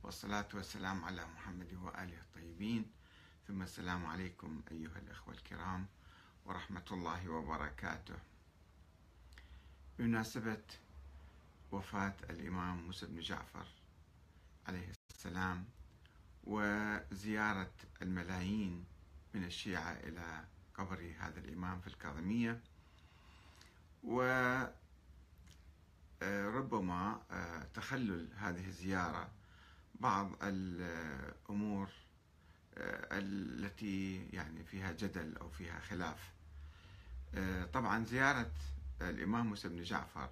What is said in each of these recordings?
والصلاة والسلام على محمد وآله الطيبين، ثم السلام عليكم أيها الأخوة الكرام ورحمة الله وبركاته. بمناسبة وفاة الإمام موسى بن جعفر عليه السلام وزيارة الملايين من الشيعة إلى قبر هذا الإمام في الكاظمية، وربما تخلل هذه الزيارة بعض الأمور التي يعني فيها جدل أو فيها خلاف. طبعا زيارة الإمام موسى بن جعفر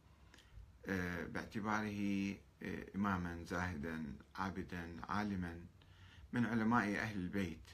باعتباره إماما زاهدا عابدا عالما من علماء أهل البيت،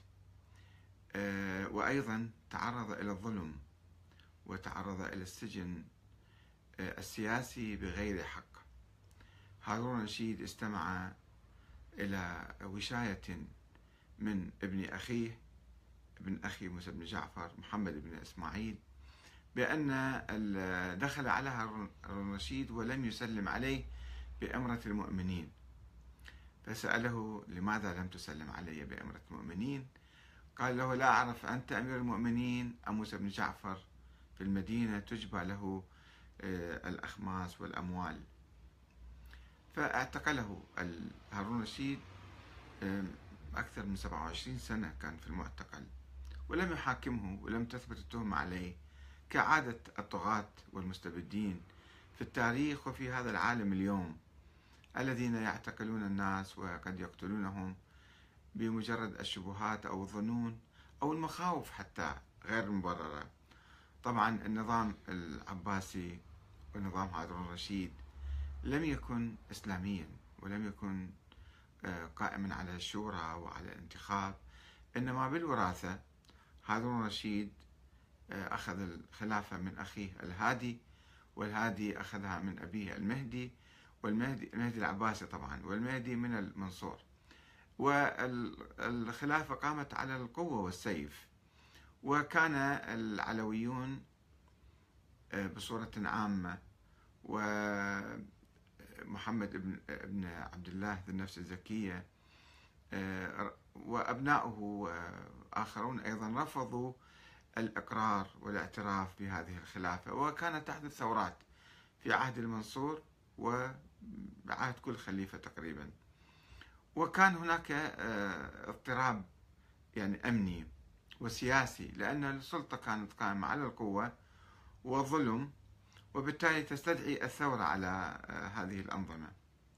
وأيضا تعرض إلى الظلم وتعرض إلى السجن السياسي بغير حق. هارون الرشيد استمع إلى وشاية من ابن أخي موسى بن جعفر محمد بن إسماعيل بأن دخل على هارون الرشيد ولم يسلم عليه بأمرة المؤمنين، فسأله: لماذا لم تسلم علي بأمرة المؤمنين؟ قال له: لا أعرف أنت أمير المؤمنين أم موسى بن جعفر في المدينة تجبى له الأخماس والأموال. فاعتقله هارون الرشيد، أكثر من 27 سنة كان في المعتقل، ولم يحاكمه ولم تثبت التهمة عليه كعادة الطغاة والمستبدين في التاريخ وفي هذا العالم اليوم، الذين يعتقلون الناس وقد يقتلونهم بمجرد الشبهات أو الظنون أو المخاوف حتى غير المبررة. طبعا النظام العباسي ونظام هارون الرشيد لم يكن إسلاميا ولم يكن قائما على الشورى وعلى الانتخاب، إنما بالوراثة. هارون الرشيد أخذ الخلافة من أخيه الهادي، والهادي أخذها من أبيه المهدي، المهدي العباسي طبعا، والمهدي من المنصور، والخلافة قامت على القوة والسيف. وكان العلويون بصورة عامة ومحمد بن عبد الله ذي النفس الزكية وأبناؤه آخرون أيضا رفضوا الإقرار والاعتراف بهذه الخلافة، وكانت تحدث ثورات في عهد المنصور وعهد كل خليفة تقريبا، وكان هناك اضطراب يعني أمني وسياسي، لأن السلطة كانت قائمة على القوة والظلم، وبالتالي تستدعي الثورة على هذه الأنظمة.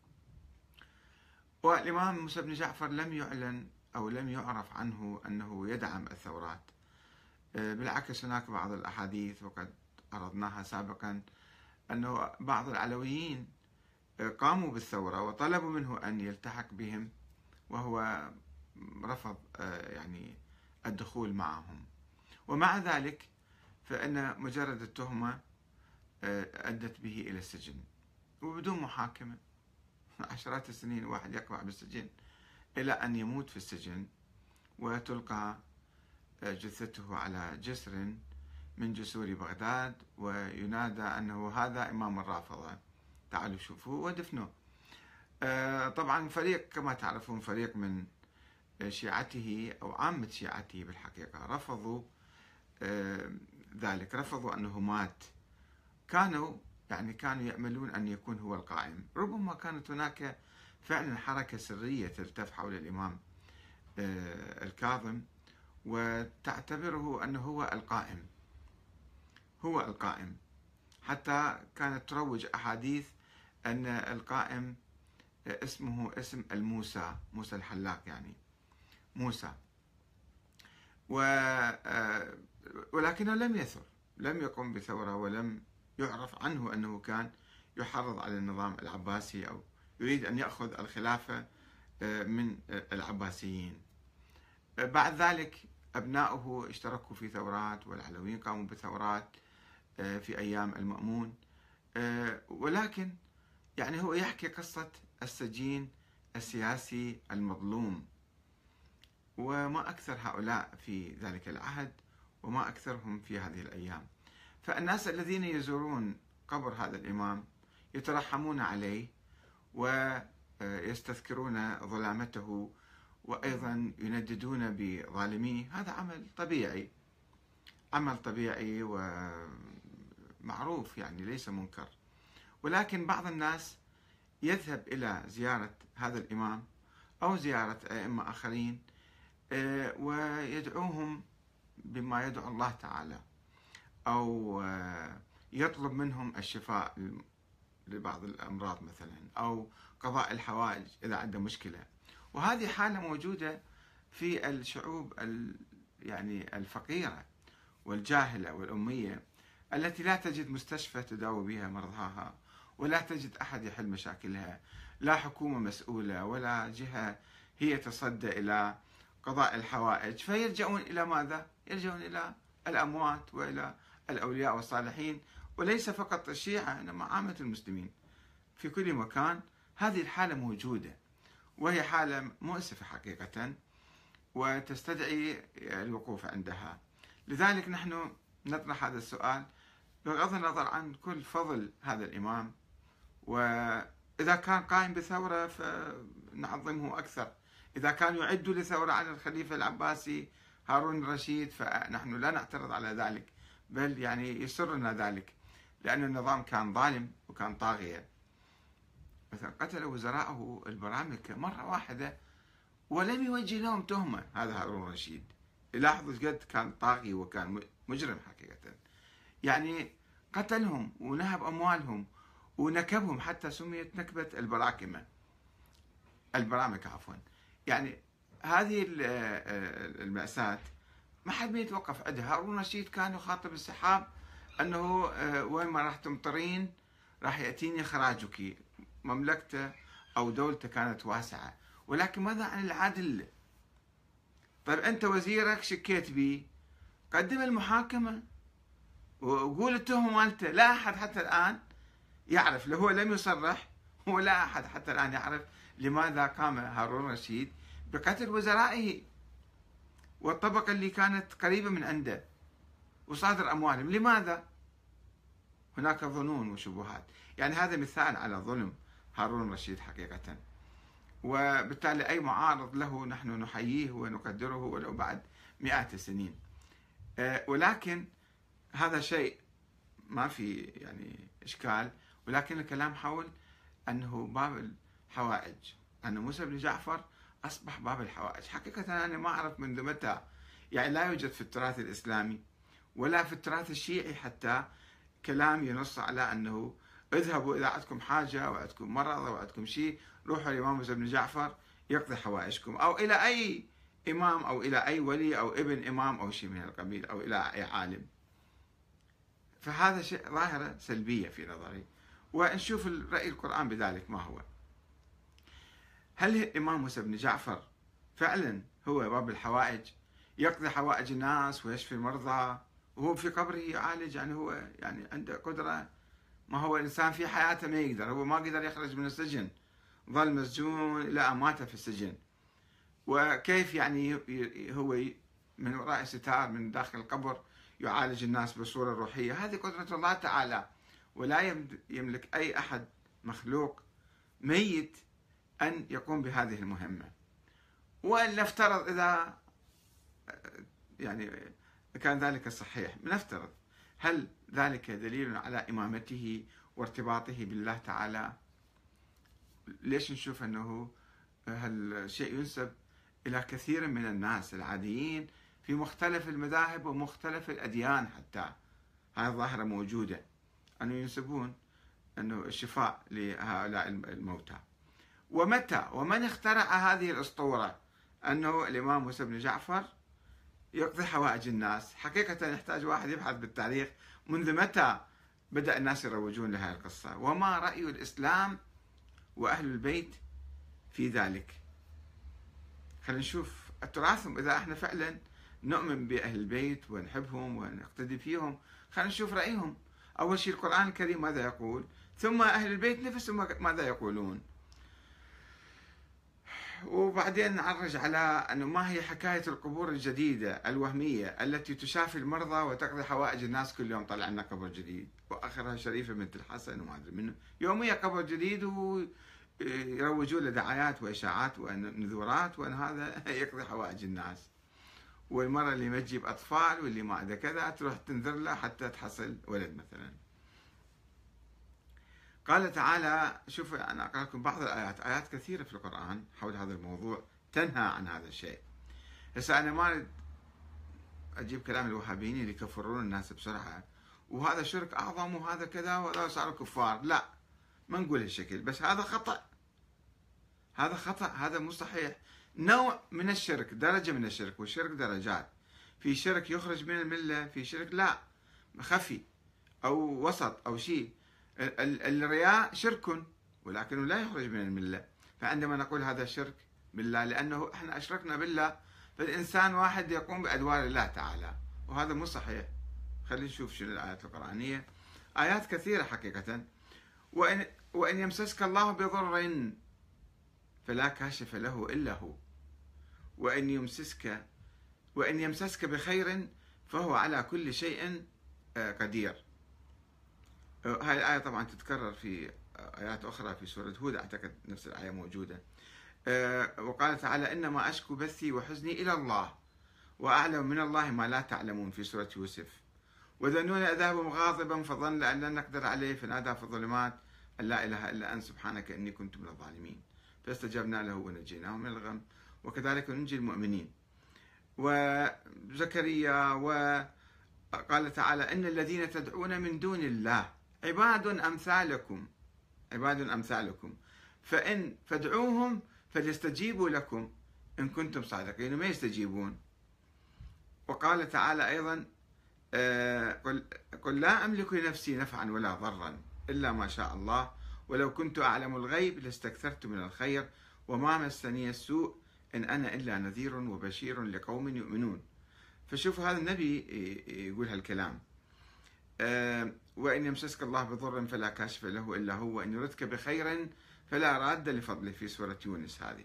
والإمام موسى بن جعفر لم يعلن أو لم يعرف عنه أنه يدعم الثورات، بالعكس هناك بعض الأحاديث وقد عرضناها سابقا أنه بعض العلويين قاموا بالثورة وطلبوا منه أن يلتحق بهم، وهو رفض يعني الدخول معهم. ومع ذلك فإن مجرد التهمة أدت به إلى السجن وبدون محاكمة، عشرات السنين واحد يقع بالسجن إلى أن يموت في السجن، وتلقى جثته على جسر من جسور بغداد، وينادى أنه هذا إمام الرافضة، تعالوا شوفوا، ودفنوه. طبعا فريق كما تعرفون، فريق من شيعته أو عامة شيعته بالحقيقة رفضوا ذلك، رفضوا أنه مات. كانوا يأملون أن يكون هو القائم. ربما كانت هناك فعلا حركة سرية تلتف حول الإمام الكاظم، وتعتبره أنه هو القائم، حتى كانت تروج أحاديث أن القائم اسمه اسم الموسى، موسى الحلاق يعني موسى، ولكنه لم يثر، لم يقم بثورة، ولم يعرف عنه أنه كان يحرض على النظام العباسي أو يريد أن يأخذ الخلافة من العباسيين. بعد ذلك أبناؤه اشتركوا في ثورات، والعلويين قاموا بثورات في أيام المأمون، ولكن يعني هو يحكي قصة السجين السياسي المظلوم، وما أكثر هؤلاء في ذلك العهد وما أكثرهم في هذه الأيام. فالناس الذين يزورون قبر هذا الإمام يترحمون عليه، و يستذكرون ظلامته وأيضا ينددون بظالميه، هذا عمل طبيعي، عمل طبيعي ومعروف، يعني ليس منكر. ولكن بعض الناس يذهب إلى زيارة هذا الإمام أو زيارة أئمة آخرين ويدعوهم بما يدعو الله تعالى، أو يطلب منهم الشفاء لبعض الأمراض مثلا، أو قضاء الحوائج إذا عنده مشكلة. وهذه حالة موجودة في الشعوب يعني الفقيرة والجاهلة والأمية، التي لا تجد مستشفى تداوي بها مرضاها، ولا تجد أحد يحل مشاكلها، لا حكومة مسؤولة ولا جهة هي تصدى إلى قضاء الحوائج، فيلجؤون إلى ماذا؟ يلجؤون إلى الأموات وإلى الأولياء والصالحين، وليس فقط الشيعة إنما عامة المسلمين في كل مكان. هذه الحالة موجودة، وهي حالة مؤسفة حقيقة، وتستدعي الوقوف عندها. لذلك نحن نطرح هذا السؤال بغض النظر عن كل فضل هذا الإمام، وإذا كان قائم بثورة فنعظمه أكثر، إذا كان يعد لثورة على الخليفة العباسي هارون الرشيد فنحن لا نعترض على ذلك، بل يعني يسرنا ذلك، لأن النظام كان ظالم وكان طاغية. مثلا قتل وزراءه البرامكة مرة واحدة ولم يوجه لهم تهمة. هذا هارون الرشيد، لاحظوا قد كان طاغي وكان مجرم حقيقة، يعني قتلهم ونهب أموالهم ونكبهم، حتى سميت نكبة البرامكة عفوا. يعني هذه المأساة ما حد يتوقف عندها. هارون الرشيد كان يخاطب السحاب أنه وين ما راح تمطرين راح يأتيني خراجك. مملكته أو دولته كانت واسعة، ولكن ماذا عن العدل؟ طيب أنت وزيرك شكيت به، قدم المحاكمة وقول التهمة مالته. لا أحد حتى الآن يعرف، لو هو لم يصرح، ولا أحد حتى الآن يعرف لماذا قام هارون الرشيد بقتل وزرائه والطبقة اللي كانت قريبة من عنده وصادر أموالهم. لماذا؟ هناك ظنون وشبهات. يعني هذا مثال على ظلم هارون الرشيد حقيقة، وبالتالي أي معارض له نحن نحييه ونقدره ولو بعد مئات السنين. ولكن هذا شيء ما في يعني إشكال. ولكن الكلام حول أنه باب الحوائج، أن موسى بن جعفر أصبح باب الحوائج. حقيقة أنا ما أعرف منذ متى، يعني لا يوجد في التراث الإسلامي ولا في التراث الشيعي حتى كلام ينص على أنه اذهبوا إذا عندكم حاجة أو عندكم مرض أو عندكم شيء روحوا للإمام موسى بن جعفر يقضي حوائجكم، أو إلى أي إمام أو إلى أي ولي أو ابن إمام أو شيء من القبيل، أو إلى أي عالم. فهذا شيء ظاهرة سلبية في نظري، ونشوف رأي القرآن بذلك ما هو. هل الإمام موسى بن جعفر فعلا هو باب الحوائج، يقضي حوائج الناس ويشفي المرضى وهو في قبره يعالج؟ يعني هو يعني عنده قدرة؟ ما هو الإنسان في حياته ما يقدر، هو ما قدر يخرج من السجن، ظل مسجون إلى أن مات في السجن، وكيف يعني هو من وراء ستار من داخل القبر يعالج الناس بصورة روحية؟ هذه قدرة الله تعالى، ولا يملك أي أحد مخلوق ميت أن يقوم بهذه المهمة. ولنفترض إذا يعني كان ذلك صحيح، نفترض، هل ذلك دليل على إمامته وارتباطه بالله تعالى؟ ليش نشوف أنه هالشيء ينسب إلى كثير من الناس العاديين في مختلف المذاهب ومختلف الأديان؟ حتى هذه الظاهرة موجودة، أنه ينسبون أنه الشفاء لهؤلاء الموتى. ومتى ومن اخترع هذه الأسطورة أنه الإمام موسى بن جعفر يقضي حوائج الناس؟ حقيقة يحتاج واحد يبحث بالتاريخ منذ متى بدأ الناس يروجون لهذه القصة، وما رأي الإسلام وأهل البيت في ذلك. خلينا نشوف تراثهم، إذا احنا فعلا نؤمن بأهل البيت ونحبهم ونقتدي فيهم، خلينا نشوف رأيهم. أول شيء القرآن الكريم ماذا يقول، ثم أهل البيت نفسهم ماذا يقولون، وبعدين نعرج على أنه ما هي حكاية القبور الجديدة الوهمية التي تشافي المرضى وتقضي حوائج الناس. كل يوم طلع لنا قبر جديد، وآخرها شريفة بنت الحسن وما أدري منه، يوميا قبر جديد يروجوا له دعايات وإشاعات ونذورات وأن هذا يقضي حوائج الناس، والمرة اللي ما تجيب أطفال واللي ما عندها كذا تروح تنذر له حتى تحصل ولد مثلا. قال تعالى، شوف أنا أقرأ لكم بعض الآيات، آيات كثيرة في القرآن حول هذا الموضوع تنهى عن هذا الشيء. هسه أنا ما أريد أجيب كلام الوهابيين اللي يكفرون الناس بسرعة وهذا شرك أعظم وهذا كذا وهذا صاروا كفار، لا ما نقول هالشكل، بس هذا خطأ، هذا خطأ، هذا مو صحيح. نوع من الشرك، درجة من الشرك، والشرك درجات، في شرك يخرج من الملة، في شرك لا خفي أو وسط أو شيء. الرياء شرك ولكنه لا يخرج من الملة، فعندما نقول هذا شرك بالله لأنه احنا أشركنا بالله، فالإنسان واحد يقوم بأدوار الله تعالى، وهذا مو صحيح. خلينا نشوف شنو الآيات القرآنية، آيات كثيرة حقيقة. وإن يمسسك الله بضر فلا كاشف له إلا هو، وإن يمسسك بخير فهو على كل شيء قدير. هاي الآية طبعا تتكرر في آيات أخرى في سورة هود، أعتقد نفس الآية موجودة. وقال تعالى إنما أشكو بثي وحزني إلى الله وأعلم من الله ما لا تعلمون في سورة يوسف. وذنون أذهب غاضبا فظن أن لن نقدر عليه فنادى في الظلمات أن لا إله إلا أنت سبحانك إني كنت من الظالمين فاستجبنا له ونجيناه من الغم وكذلك ننجي المؤمنين. وزكريا وقال تعالى إن الذين تدعون من دون الله عباد أمثالكم فإن فادعوهم فليستجيبوا لكم إن كنتم صادقين، ما يستجيبون. وقال تعالى أيضا قل لا أملك لنفسي نفعا ولا ضرا إلا ما شاء الله ولو كنت أعلم الغيب لاستكثرت من الخير وما مسني السوء إن أنا إلا نذير وبشير لقوم يؤمنون. فشوف هذا النبي يقول هالكلام. وإن يمسسك الله بضر فلا كاشف له إلا هو وإن يردك بخير فلا راد لفضله في سورة يونس. هذه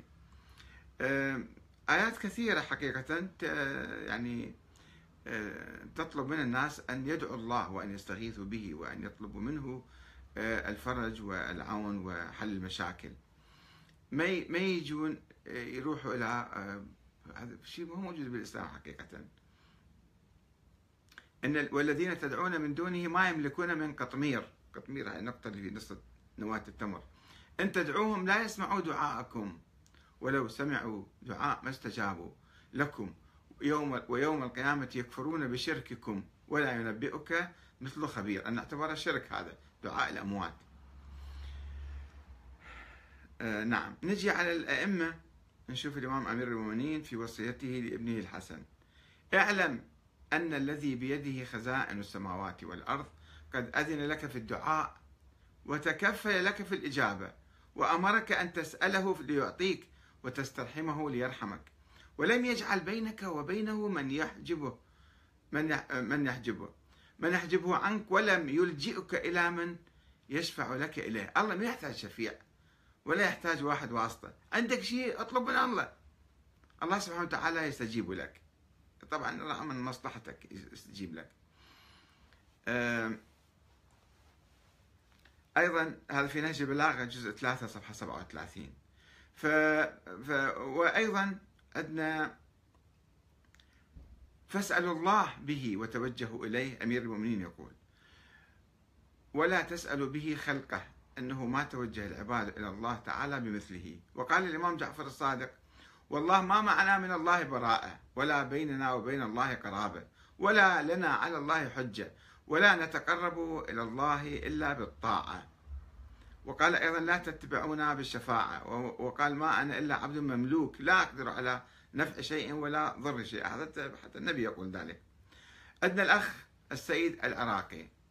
آيات كثيرة حقيقة يعني تطلب من الناس أن يدعوا الله وأن يستغيثوا به وأن يطلبوا منه الفرج والعون وحل المشاكل. ما يجون يروحوا إلى هذا الشيء مو موجود بالإسلام حقيقة. إن والذين تدعون من دونه ما يملكون من قطمير هاي النقطة اللي في نص نواة التمر. إن تدعوهم لا يسمعوا دعاءكم ولو سمعوا دعاء ما استجابوا لكم ويوم القيامة يكفرون بشرككم ولا ينبئك مثل خبير. أن نعتبر شرك هذا دعاء الأموات. نعم، نجي على الأئمة، نشوف الإمام أمير المؤمنين في وصيته لابنه الحسن: اعلم أن الذي بيده خزائن السماوات والأرض قد أذن لك في الدعاء وتكفل لك في الإجابة وأمرك أن تسأله ليعطيك وتسترحمه ليرحمك، ولم يجعل بينك وبينه من يحجبه عنك ولم يلجئك إلى من يشفع لك إليه. الله ما يحتاج شفيع ولا يحتاج واحد واسطة، عندك شيء اطلب من الله، الله سبحانه وتعالى يستجيب لك. طبعا رغم من مصلحتك يستجيب لك. أيضا هذا في نهج البلاغة جزء 3 صفحة 37. وأيضا عندنا فاسألوا الله به وتوجهوا إليه. أمير المؤمنين يقول: ولا تسألوا به خلقه، أنه ما توجه العباد إلى الله تعالى بمثله. وقال الإمام جعفر الصادق: والله ما معنا من الله براءة ولا بيننا وبين الله قرابة ولا لنا على الله حجة ولا نتقرب إلى الله إلا بالطاعة. وقال أيضا: لا تتبعونا بالشفاعة. وقال: ما أنا إلا عبد مملوك لا أقدر على نفع شيء ولا ضر شيء. هذا حتى النبي يقول ذلك. عندنا الأخ السيد العراقي